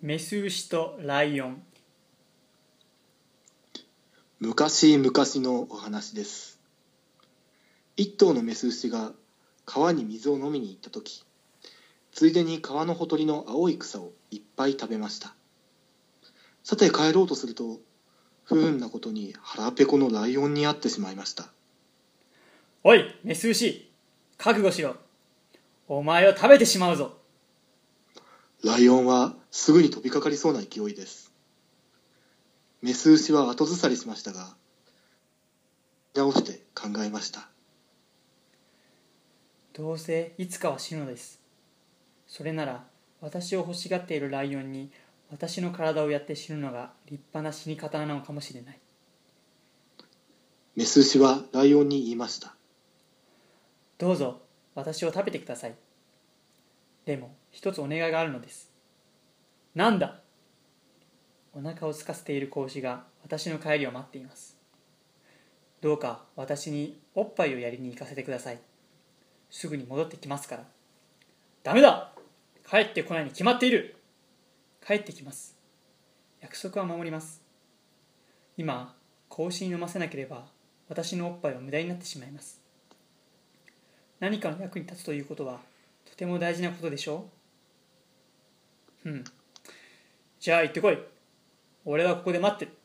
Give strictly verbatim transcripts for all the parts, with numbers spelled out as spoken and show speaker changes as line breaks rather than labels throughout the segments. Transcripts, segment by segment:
メス牛とライオン。
昔々のお話です。一頭のメス牛が川に水を飲みに行ったとき、ついでに川のほとりの青い草をいっぱい食べました。さて帰ろうとすると、不運なことに腹ペコのライオンに会ってしまいました。
おい、メス牛、覚悟しろ。お前を食べてしまうぞ。
ライオンはすぐに飛びかかりそうな勢いです。メス牛は後ずさりしましたが、直して考えました。
どうせいつかは死ぬのです。それなら私を欲しがっているライオンに私の体をやって死ぬのが立派な死に方なのかもしれない。
メス牛はライオンに言いました。
どうぞ私を食べてください。でも一つお願いがあるのです。なんだ。お腹を空かせている子牛が私の帰りを待っています。どうか私におっぱいをやりに行かせてください。すぐに戻ってきますから。ダメだ。帰ってこないに決まっている。帰ってきます。約束は守ります。今子牛に飲ませなければ私のおっぱいは無駄になってしまいます。何かの役に立つということはとても大事なことでしょう。うん。じゃあ行ってこい。俺はここで待ってる。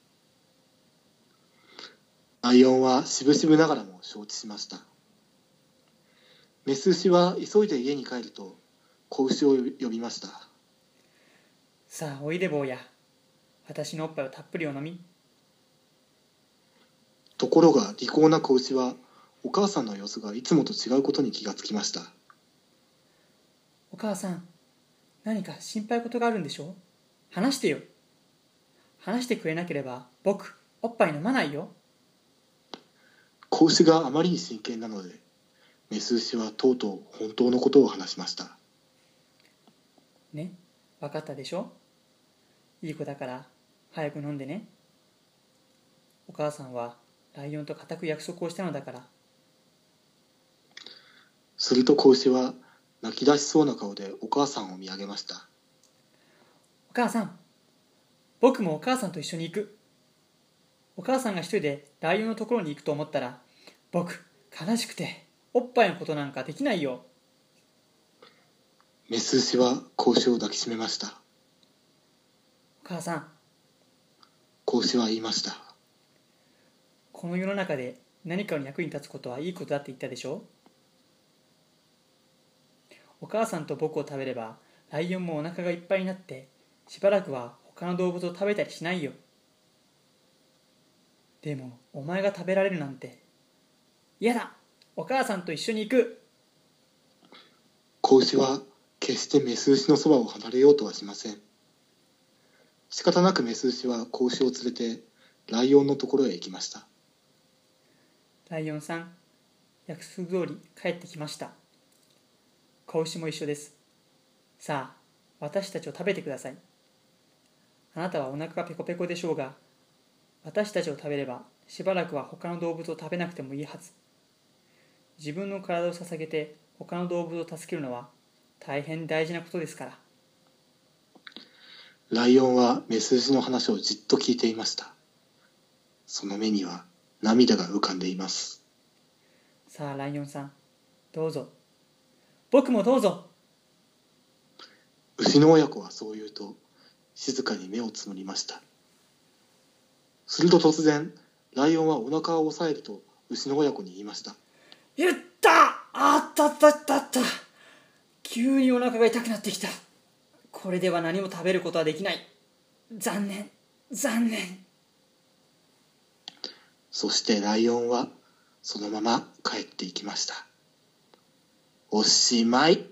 ライオンはしぶしぶながらも承知しました。メス牛は急いで家に帰ると子牛を呼びました。
さあおいで坊や、私のおっぱいをたっぷりお飲み。
ところが利口な子牛はお母さんの様子がいつもと違うことに気がつきました。
お母さん、何か心配事があるんでしょう。話してよ。話してくれなければ僕おっぱい飲まないよ。
子牛があまりに真剣なので、メス牛はとうとう本当のことを話しました。
ね、分かったでしょ。いい子だから早く飲んでね。お母さんはライオンと固く約束をしたのだから。
すると子牛は泣き出しそうな顔でお母さんを見上げました。
お母さん、僕もお母さんと一緒に行く。お母さんが一人でライオンのところに行くと思ったら、僕悲しくておっぱいのことなんかできないよ。
メス牛は子牛を抱きしめました。
お母さん、
子牛は言いました。
この世の中で何かの役に立つことはいいことだって言ったでしょ。お母さんと僕を食べればライオンもお腹がいっぱいになってしばらくは他の動物を食べたりしないよ。でもお前が食べられるなんて。嫌だ。お母さんと一緒に行く。
子牛は決してメス牛のそばを離れようとはしません。仕方なくメス牛は子牛を連れてライオンのところへ行きました。
ライオンさん、約束通り帰ってきました。子牛も一緒です。さあ私たちを食べてください。あなたはお腹がペコペコでしょうが、私たちを食べればしばらくは他の動物を食べなくてもいいはず。自分の体を捧げて他の動物を助けるのは大変大事なことですから。
ライオンはメス牛の話をじっと聞いていました。その目には涙が浮かんでいます。
さあライオンさん、どうぞ。僕もどうぞ。
牛の親子はそう言うと静かに目をつむりました。すると突然ライオンはお腹を押さえると牛の親子に言いました。
言った。あったったったった。急にお腹が痛くなってきた。これでは何も食べることはできない。残念残念。
そしてライオンはそのまま帰っていきました。おしまい。